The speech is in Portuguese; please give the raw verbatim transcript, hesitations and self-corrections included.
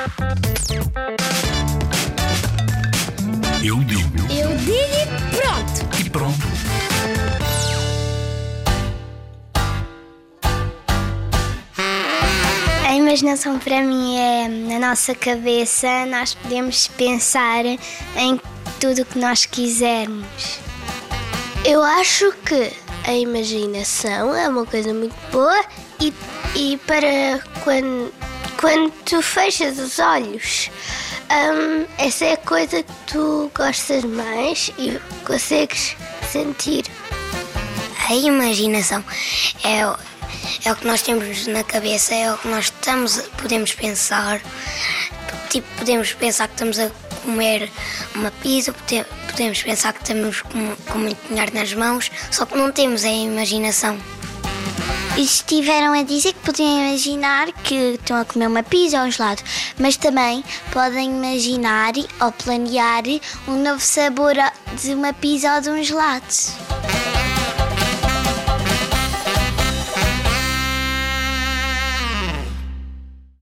Eu digo. Eu digo e pronto. E pronto. A imaginação para mim é na nossa cabeça, nós podemos pensar em tudo o que nós quisermos. Eu acho que a imaginação é uma coisa muito boa e, e para quando, quando tu fechas os olhos, hum, essa é a coisa que tu gostas mais e consegues sentir. A imaginação é, o- é o que nós temos na cabeça, é o que nós estamos, podemos pensar. Tipo, podemos pensar que estamos a comer uma pizza, pode- podemos pensar que estamos com, com muito dinheiro nas mãos, só que não temos a imaginação. E estiveram a dizer que podiam imaginar que estão a comer uma pizza ou um gelado, mas também podem imaginar ou planear um novo sabor de uma pizza ou de um gelado.